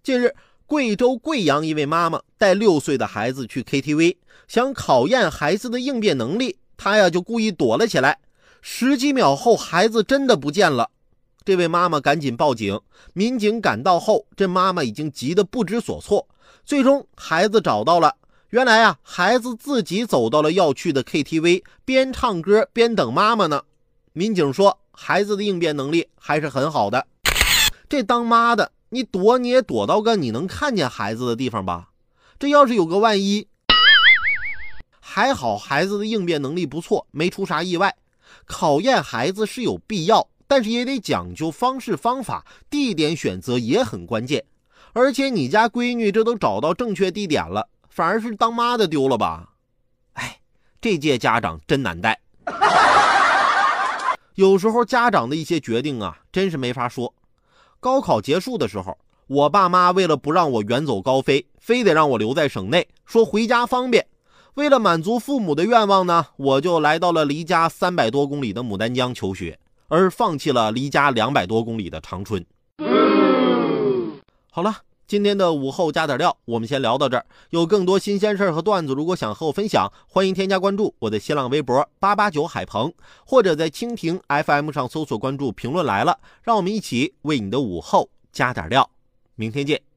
近日，贵州贵阳一位妈妈带6岁的孩子去 KTV， 想考验孩子的应变能力，她就故意躲了起来。10几秒后，孩子真的不见了。这位妈妈赶紧报警，民警赶到后，这妈妈已经急得不知所措。最终孩子找到了，原来孩子自己走到了要去的 KTV， 边唱歌边等妈妈呢。民警说，孩子的应变能力还是很好的。这当妈的，你躲你也躲到个你能看见孩子的地方吧？这要是有个万一，还好孩子的应变能力不错，没出啥意外。考验孩子是有必要，但是也得讲究方式方法，地点选择也很关键。而且你家闺女这都找到正确地点了，反而是当妈的丢了吧？这届家长真难带。有时候家长的一些决定真是没法说。高考结束的时候，我爸妈为了不让我远走高飞，非得让我留在省内，说回家方便。为了满足父母的愿望呢，我就来到了离家300多公里的牡丹江求学，而放弃了离家200多公里的长春。好了，今天的午后加点料我们先聊到这儿。有更多新鲜事和段子，如果想和我分享，欢迎添加关注我的新浪微博889海鹏，或者在蜻蜓 FM 上搜索关注评论来了，让我们一起为你的午后加点料。明天见。